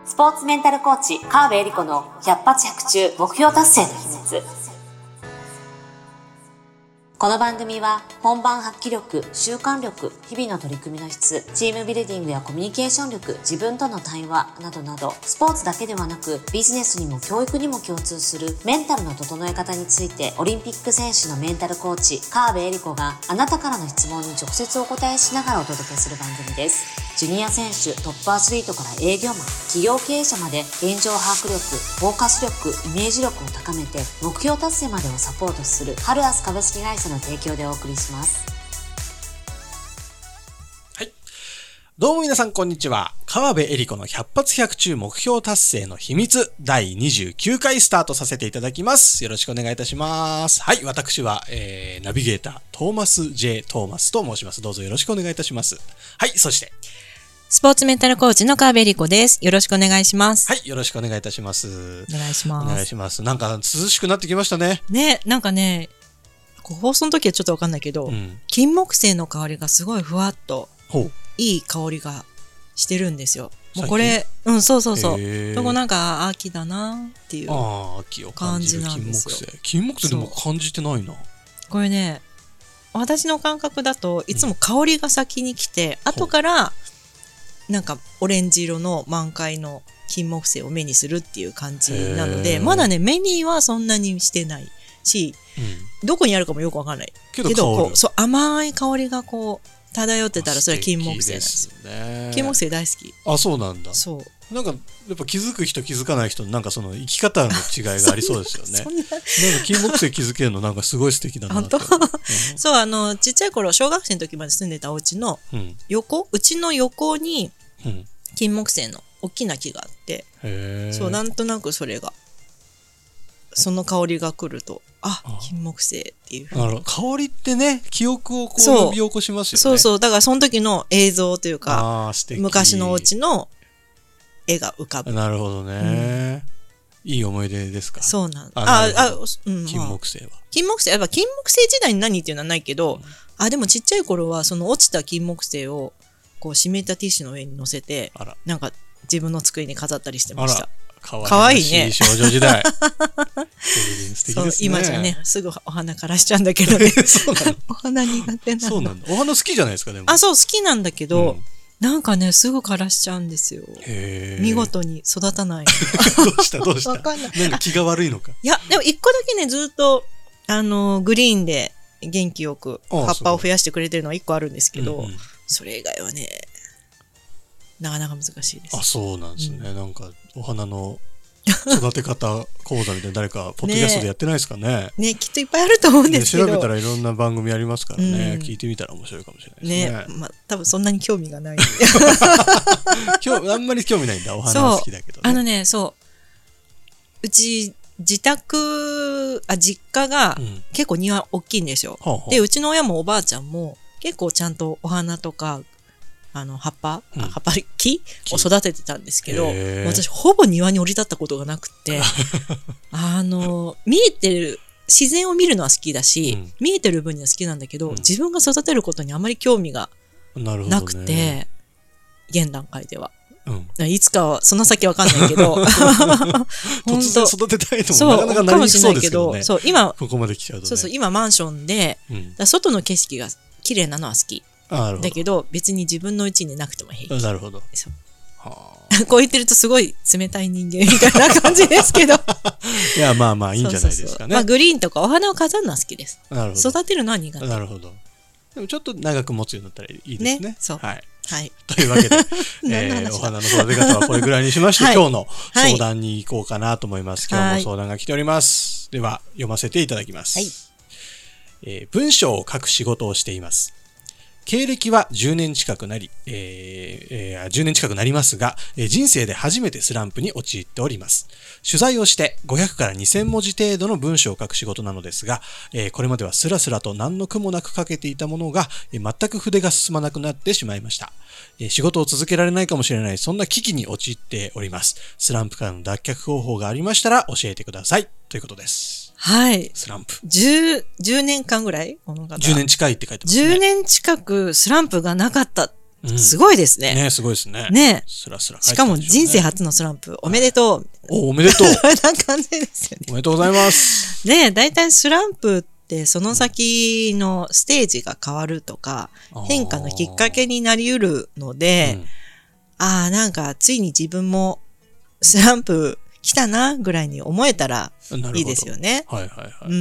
スポーツメンタルコーチ川辺恵理子の百発百中目標達成の秘密。この番組は本番発揮力、習慣力、日々の取り組みの質、チームビルディングやコミュニケーション力、自分との対話などなど、スポーツだけではなくビジネスにも教育にも共通するメンタルの整え方について、オリンピック選手のメンタルコーチ川辺恵理子があなたからの質問に直接お答えしながらお届けする番組です。ジュニア選手、トップアスリートから営業マン、企業経営者まで現状把握力、フォーカス力、イメージ力を高めて目標達成までをサポートするハルアス株式会社の提供でお送りします。 はい。どうも皆さんこんにちは。川辺恵理子の百発百中目標達成の秘密第29回スタートさせていただきます。よろしくお願いいたします。はい。私は、ナビゲータートーマス J トーマスと申します。どうぞよろしくお願いいたします。はい。そしてスポーツメンタルコーチの川辺恵理子です。よろしくお願いします。 はい。よろしくお願いいたします。 お願いします。 お願いします。なんか涼しくなってきましたね。 ね、なんかね、放送の時はちょっとわかんないけど、金木犀の香りがすごいふわっといい香りがしてるんですよ。もうこれ、そうそうそう。そこなんか秋だなっていう感じなんですよ。 金木犀でも感じてないな。 これね、私の感覚だといつも香りが先に来て、後からなんかオレンジ色の満開の金木犀を目にするっていう感じなので、まだね目にはそんなにしてないし、どこにあるかもよくわかんないけどこうそう甘い香りがこう漂ってたらそれは金木犀なんですよ。金木犀大好き。 あ、そうなんだ。そう。なんかやっぱ気づく人気づかない人なんかその生き方の違いがありそうですよね。なんか金木犀気づけるのなんかすごい素敵だなと。 そうちっちゃい頃小学生の時まで住んでたお家の横、うちの横に金木犀の大きな木があって、そうなんとなくそれがその香りが来ると金木犀っていうなるほど。香りってね記憶をこう呼び起こしますよね。 そうそう。だからその時の映像というか昔のお家の絵が浮かぶ。 なるほどね、いい思い出ですか。 そうなん金木犀は金木犀やっぱ金木犀時代に何っていうのはないけど、でもちっちゃい頃はその落ちた金木犀をこう湿ったティッシュの上に乗せてなんか自分の机に飾ったりしてました。かわいいね。 少女時代。素敵ですね。 今じゃね、すぐお花からしちゃうんだけどね。そうなの。お花苦手なんだ。 そうなんだ。お花好きじゃないですか、でも。 そう、好きなんだけど、なんかね、すぐ枯らしちゃうんですよ。見事に育たない。 どうしたわかんない。なんか気が悪いのか。 いや、でも一個だけね、ずっと、グリーンで元気よく葉っぱを増やしてくれてるのは一個あるんですけど、それ以外はね、なかなか難しいです。 そうなんですね。なんかお花の育て方講座みたいな誰かポッドキャストでやってないですかね。 ね、きっといっぱいあると思うんですけど。 調べたらいろんな番組ありますからね。聞いてみたら面白いかもしれないですね。 多分そんなに興味がない。 あんまり興味ないんだ。お花好きだけどね。 うち実家が結構庭大きいんですよ。で、うちの親もおばあちゃんも結構ちゃんとお花とか葉っぱ木を育ててたんですけど、私ほぼ庭に降り立ったことがなくて見えてる自然を見るのは好きだし、見えてる分には好きなんだけど、自分が育てることにあまり興味がなくて、現段階では、いつかはその先わかんないけど突然育てたいともなかなかなりにくそうですけどね。 今ここまで来ちゃうとね。 今マンションで、外の景色が綺麗なのは好きだけど、別に自分の家になくても平気。 なるほど。 こう言ってるとすごい冷たい人間みたいな感じですけどいやまあいいんじゃないですかね。 グリーンとかお花を飾るのは好きです。 なるほど。 育てるのは苦手。 なるほど。でもちょっと長く持つようになったらいいですね。 そう。 はい。というわけでお花の育て方はこれぐらいにしまして、今日の相談に行こうかなと思います。今日も相談が来ております。では読ませていただきます。文章を書く仕事をしています。経歴は10年近くなりますが、人生で初めてスランプに陥っております。取材をして500から2000文字程度の文章を書く仕事なのですが、これまではスラスラと何の苦もなく書けていたものが、全く筆が進まなくなってしまいました。仕事を続けられないかもしれない、そんな危機に陥っております。スランプからの脱却方法がありましたら教えてください。ということです。 はい。 スランプ。 10年間ぐらいこの方。 10年近いって書いてますね。 10年近くスランプがなかったっすごいですね。 ね、すごいですね。 ね。 スラスラ、 しかも人生初のスランプ、おめでとう。 おめでとう。 な感じですよね。 おめでとうございます。 ね、だいたいスランプってその先のステージが変わるとか、変化のきっかけになりうるので、なんかついに自分もスランプ来たなぐらいに思えたらいいですよね。 はいはいはい。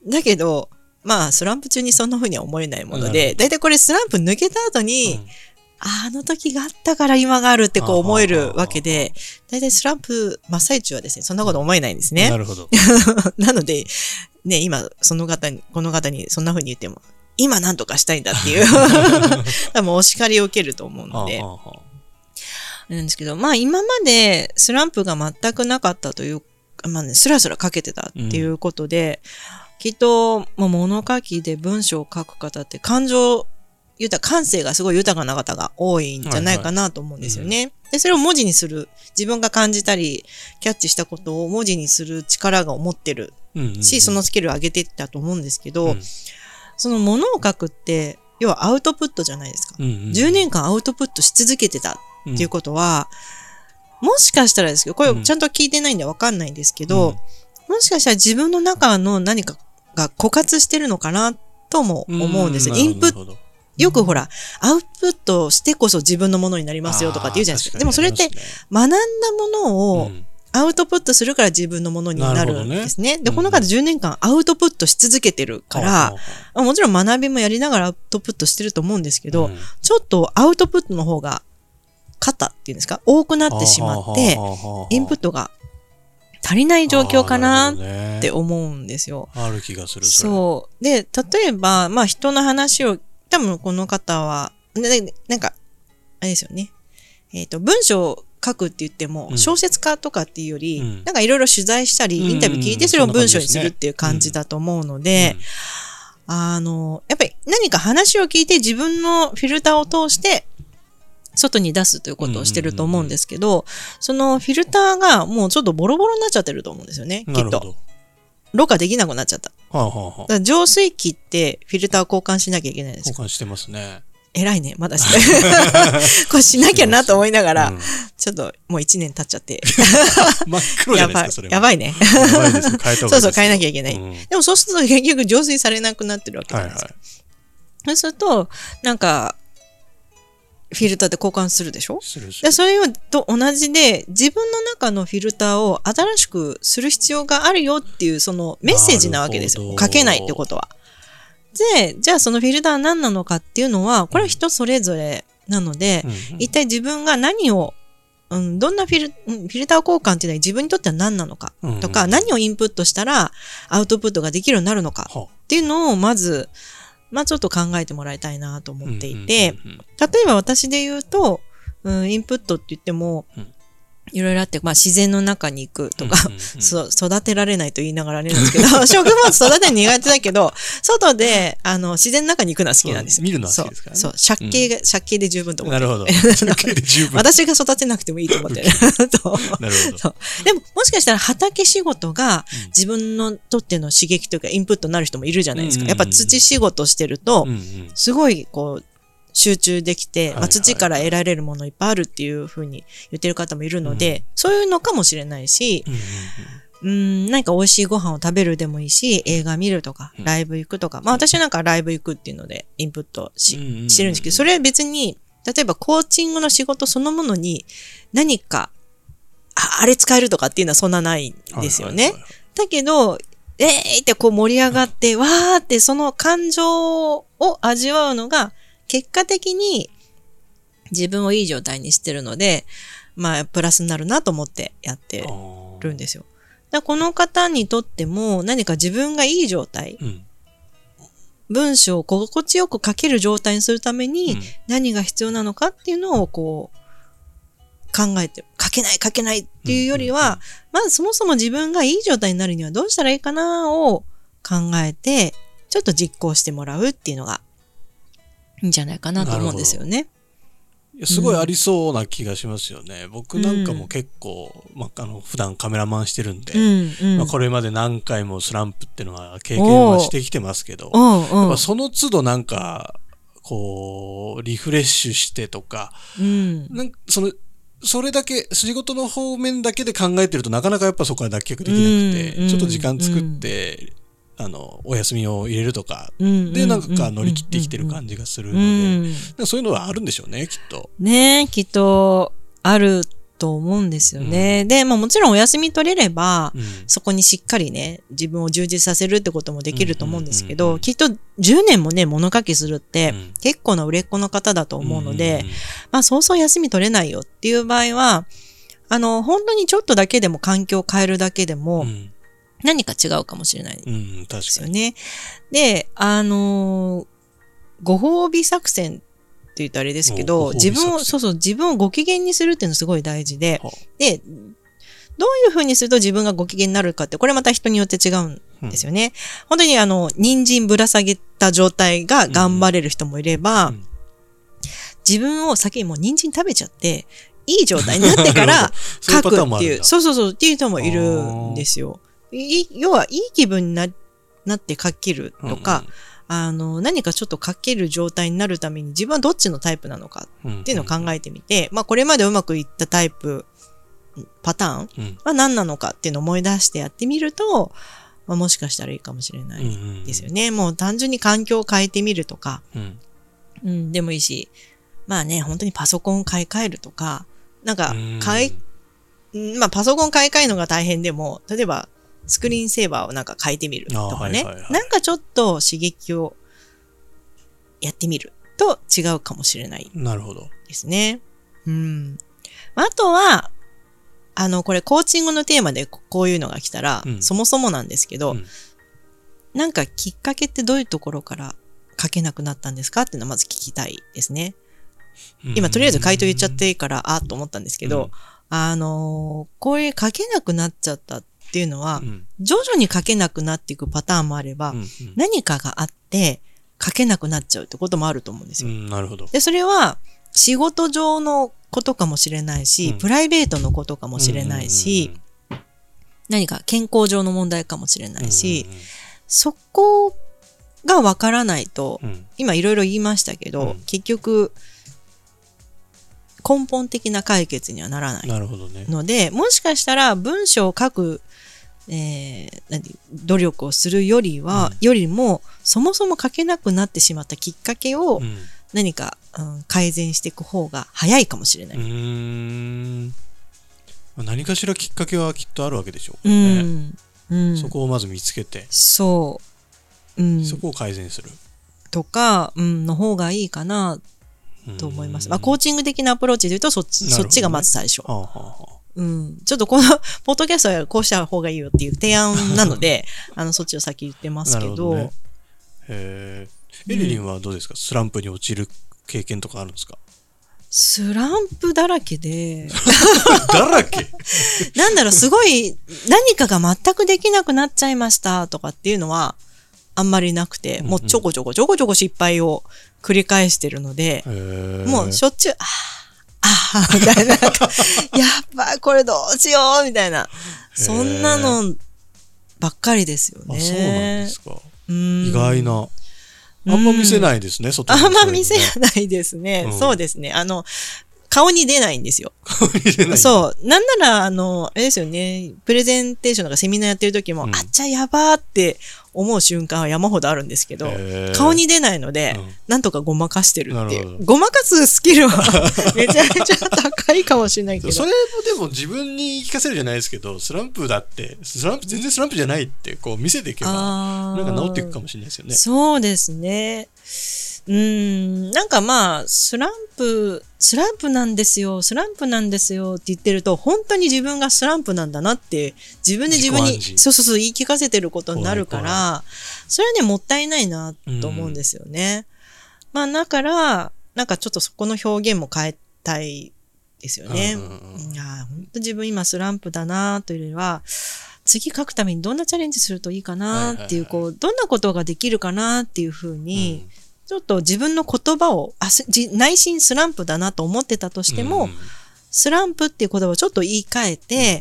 だけど、スランプ中にそんな風には思えないもので、だいたいこれスランプ抜けた後に、あの時があったから今があるってこう思えるわけで、だいたいスランプ真っ最中はですね、そんなこと思えないんですね。 なるほど。 なので、ね、今、この方にそんな風に言っても、今何とかしたいんだっていう、多分お叱りを受けると思うので。なんですけど、今までスランプが全くなかったという、スラスラ書けてたっていうことで、きっと、物書きで文章を書く方って感性がすごい豊かな方が多いんじゃないかなと思うんですよね。で、それを文字にする、自分が感じたり、キャッチしたことを文字にする力が持ってるし、そのスキルを上げていったと思うんですけど、その物を書くって、要はアウトプットじゃないですか。10年間アウトプットし続けてたっていうことは、もしかしたらですけど、これちゃんと聞いてないんでわかんないんですけど、もしかしたら自分の中の何かが枯渇してるのかなとも思うんですよ。インプット。よくほら、アウトプットしてこそ自分のものになりますよとかって言うじゃないですか。でもそれって学んだものをアウトプットするから自分のものになるんですね。で、この方10年間アウトプットし続けてるから、もちろん学びもやりながらアウトプットしてると思うんですけど、ちょっとアウトプットの方が肩っていうんですか、多くなってしまって、インプットが足りない状況かなって思うんですよ。 ある気がする。 そう。で、例えば、人の話を、多分この方は、なんか、あれですよね。文章を書くって言っても、小説家とかっていうより、なんかいろいろ取材したり、インタビュー聞いて、それを文章にするっていう感じだと思うので、やっぱり何か話を聞いて自分のフィルターを通して、外に出すということをしてると思うんですけど、そのフィルターがもうちょっとボロボロになっちゃってると思うんですよね、きっと。ろ過できなくなっちゃった。だから浄水器ってフィルターを交換しなきゃいけないです。 交換してますね。 偉いね、まだして。これしなきゃなと思いながら、ちょっともう1年経っちゃって。 真っ黒じゃないですか、それは。 やばいね。 やばいです。そうそう、変えなきゃいけない。でもそうすると結局浄水されなくなってるわけじゃないですか。そうすると、なんか、フィルターで交換するでしょ？でそれと同じで、自分の中のフィルターを新しくする必要があるよっていう、そのメッセージなわけですよ。書けないってことは。で、じゃあそのフィルターは何なのかっていうのは、これは人それぞれなので、一体自分が何を、どんなフィルター交換っていうのは自分にとっては何なのかとか、何をインプットしたらアウトプットができるようになるのかっていうのをまず、ちょっと考えてもらいたいなと思っていて、例えば私で言うと、インプットって言っても、いろいろあって、自然の中に行くとか、育てられないと言いながらあれなんですけど、植物育てるの苦手だけど、外で、自然の中に行くのは好きなんですよ。 見るのは好きですからね。 そう、借景で十分と思ってる。 なるほど。借景で十分。 私が育てなくてもいいと思ってる。 なるほど。 でも、もしかしたら畑仕事が自分のとっての刺激というかインプットになる人もいるじゃないですか。やっぱ土仕事してると、すごい、集中できて、土から得られるものいっぱいあるっていうふうに言ってる方もいるので、そういうのかもしれないし、何か美味しいご飯を食べるでもいいし、映画見るとか、ライブ行くとか、私なんかライブ行くっていうのでインプットしてるんですけど、それは別に、例えばコーチングの仕事そのものに何か、あれ使えるとかっていうのはそんなないんですよね。だけど、って盛り上がって、わーってその感情を味わうのが、結果的に自分をいい状態にしてるので、プラスになるなと思ってやってるんですよ。だからこの方にとっても何か自分がいい状態、文章を心地よく書ける状態にするために何が必要なのかっていうのを考えて、書けないっていうよりは、まずそもそも自分がいい状態になるにはどうしたらいいかなを考えて、ちょっと実行してもらうっていうのがいいんじゃないかなと思うんですよね。 すごいありそうな気がしますよね。僕なんかも結構、普段カメラマンしてるんで、これまで何回もスランプっていうのは経験はしてきてますけど、やっぱその都度なんか、 こう、リフレッシュしてとか、なんかそれだけ、仕事の方面だけで考えてるとなかなかやっぱそこから脱却できなくて、ちょっと時間作って、お休みを入れるとか、で、なんか乗り切ってきてる感じがするので、そういうのはあるんでしょうね、きっと。 ね、きっと、あると思うんですよね。で、もちろんお休み取れれば、そこにしっかりね、自分を充実させるってこともできると思うんですけど、きっと10年もね、物書きするって、結構な売れっ子の方だと思うので、そうそう休み取れないよっていう場合は、本当にちょっとだけでも環境を変えるだけでも、何か違うかもしれないですよね。で、ご褒美作戦って言うとあれですけど、自分をご機嫌にするっていうのすごい大事で、で、どういうふうにすると自分がご機嫌になるかって、これまた人によって違うんですよね。本当に人参ぶら下げた状態が頑張れる人もいれば、自分を先にもう人参食べちゃって、いい状態になってから書くっていう、っていう人もいるんですよ。要は、いい気分になって書けるとか、何かちょっと書ける状態になるために自分はどっちのタイプなのかっていうのを考えてみて、これまでうまくいったタイプ、パターンは何なのかっていうのを思い出してやってみると、もしかしたらいいかもしれないですよね。もう単純に環境を変えてみるとか、でもいいし、本当にパソコンを買い替えるとか、なんかパソコン買い替えるのが大変でも、例えば、スクリーンセーバーをなんか変えてみるとかね。なんかちょっと刺激をやってみると違うかもしれないですね。あとは、これコーチングのテーマでこういうのが来たら、そもそもなんですけど、なんかきっかけってどういうところから書けなくなったんですかっていうのをまず聞きたいですね。今とりあえず回答言っちゃっていいから、と思ったんですけど、これ書けなくなっちゃったっていうのは、徐々に書けなくなっていくパターンもあれば、何かがあって書けなくなっちゃうってこともあると思うんですよ。 なるほど。 で、それは仕事上のことかもしれないし、プライベートのことかもしれないし、何か健康上の問題かもしれないし、そこがわからないと、今いろいろ言いましたけど、結局、根本的な解決にはならないので、もしかしたら文章を書く、努力をするよりも、そもそも書けなくなってしまったきっかけを何か、改善していく方が早いかもしれない。 何かしらきっかけはきっとあるわけでしょうね。そこをまず見つけて、そこを改善するとか、の方がいいかなと思います。コーチング的なアプローチで言うとそっちがまず最初。ちょっとこのポッドキャストはこうした方がいいよっていう提案なので、そっちを先言ってますけど。 エリリンはどうですか？スランプに陥る経験とかあるんですか？ スランプだらけで。 だらけなんだろう、すごい何かが全くできなくなっちゃいましたとかっていうのはあんまりなくて、もうちょこちょこ失敗を繰り返してるので、もうしょっちゅう、みたいな、やっぱこれどうしようみたいな、そんなのばっかりですよね。 そうなんですか。意外な。あんま見せないですね、外に。 あんま見せないですね。そうですね。顔に出ないんですよ。 顔に出ない。 そう。なんなら、あれですよね。プレゼンテーションとかセミナーやってる時も、あっちゃやばーって思う瞬間は山ほどあるんですけど、顔に出ないので、なんとかごまかしてるっていう。ごまかすスキルはめちゃめちゃ高いかもしれないけど。 それもでも自分に言い聞かせるじゃないですけど、スランプだって、全然スランプじゃないってこう見せていけば、なんか治っていくかもしれないですよね。 そうですね。なんかスランプなんですよって言ってると、本当に自分がスランプなんだなって、自分で自分に、言い聞かせてることになるから、それはね、もったいないなと思うんですよね。だから、なんかちょっとそこの表現も変えたいですよね。本当自分今スランプだなというよりは、次書くためにどんなチャレンジするといいかなっていう、どんなことができるかなっていうふうに、ちょっと自分の言葉を、内心スランプだなと思ってたとしても、スランプっていう言葉をちょっと言い換えて、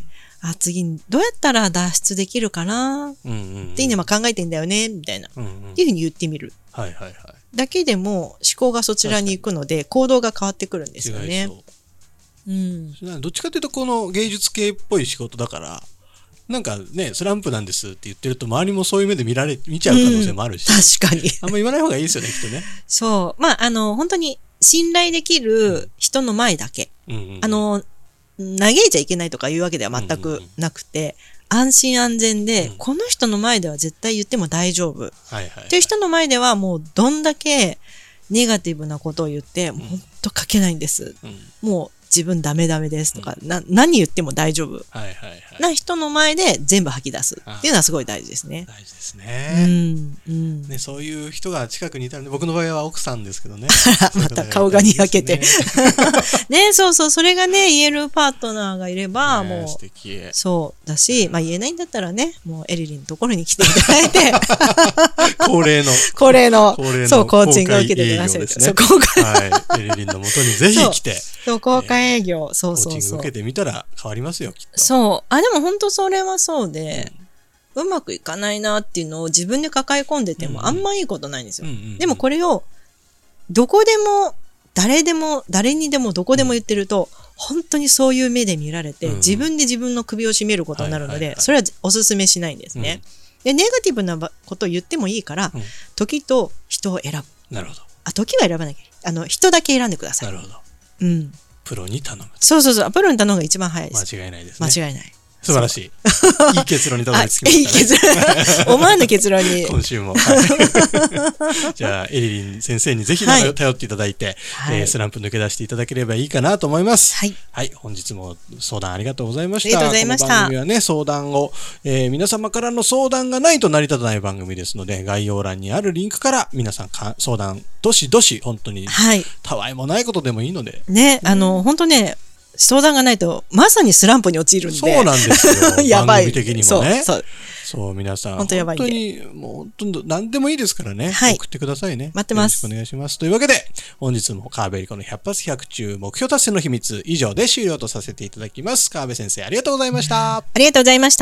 次どうやったら脱出できるかなっていうのは考えてんだよねみたいな、っていうふうに言ってみる、だけでも思考がそちらに行くので行動が変わってくるんですよね。 どっちかというとこの芸術系っぽい仕事だからなんかねスランプなんですって言ってると周りもそういう目で見ちゃう可能性もあるし、 確かにあんま言わない方がいいですよねきっとね。 そう、本当に信頼できる人の前だけ、嘆いちゃいけないとかいうわけでは全くなくて、安心安全で、この人の前では絶対言っても大丈夫っていう人の前ではもうどんだけネガティブなことを言って、もう本当書けないんです、もう自分ダメですとか、何言っても大丈夫な人の前で全部吐き出すっていうのはすごい大事ですね。 大事ですね。ね、そういう人が近くにいたらね、僕の場合は奥さんですけどね。 また顔がにやけてね、そうそれがね言えるパートナーがいればもう素敵そうだし、言えないんだったらね、もうエリリンのところに来ていただいて恒例のそうコーチングを受けてください。そう公開エリリンのもとにぜひ来てそう公開営業、そうコーチング受けてみたら変わりますよきっと。 そうでも本当それはそうで、うまくいかないなっていうのを自分で抱え込んでてもあんまいいことないんですよ。でもこれをどこでも誰にでもどこでも言ってると、本当にそういう目で見られて、自分で自分の首を絞めることになるので、それはおすすめしないんですね。でネガティブなことを言ってもいいから、時と人を選ぶ。 なるほど。 時は選ばなきゃ、人だけ選んでください。 なるほど。プロに頼む。 そうプロに頼むのが一番早いです。 間違いないですね。 間違いない。 素晴らしい。いい結論にたどり着きましたね。いい結論。思わぬ結論に。 今週も。じゃあ、エリリン先生にぜひ頼っていただいて、スランプ抜け出していただければいいかなと思います。はい。本日も相談ありがとうございました。 ありがとうございました。 この番組はね、相談を、皆様からの相談がないと成り立たない番組ですので、概要欄にあるリンクから皆さん相談、どしどし、本当に、たわいもないことでもいいので。 ね、本当ね、相談がないとまさにスランプに陥るんで。 そうなんですよ。 やばい。 番組的にもね。 そう皆さん本当やばいんで。 本当にもう本当何でもいいですからね。送ってくださいね。 待ってます。 よろしくお願いします。というわけで本日も川辺理子の100発100中目標達成の秘密以上で終了とさせていただきます。川辺先生ありがとうございました。 ありがとうございました。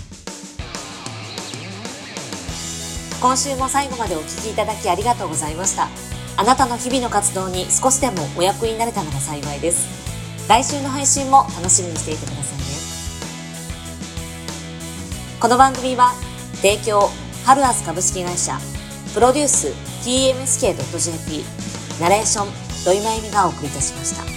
今週も最後までお聞きいただきありがとうございました。あなたの日々の活動に少しでもお役になれたなら幸いです。来週の配信も楽しみにしていてくださいね。この番組は提供ハルアス株式会社、プロデュース TMSK.jp、ナレーション土井真由美がお送りいたしました。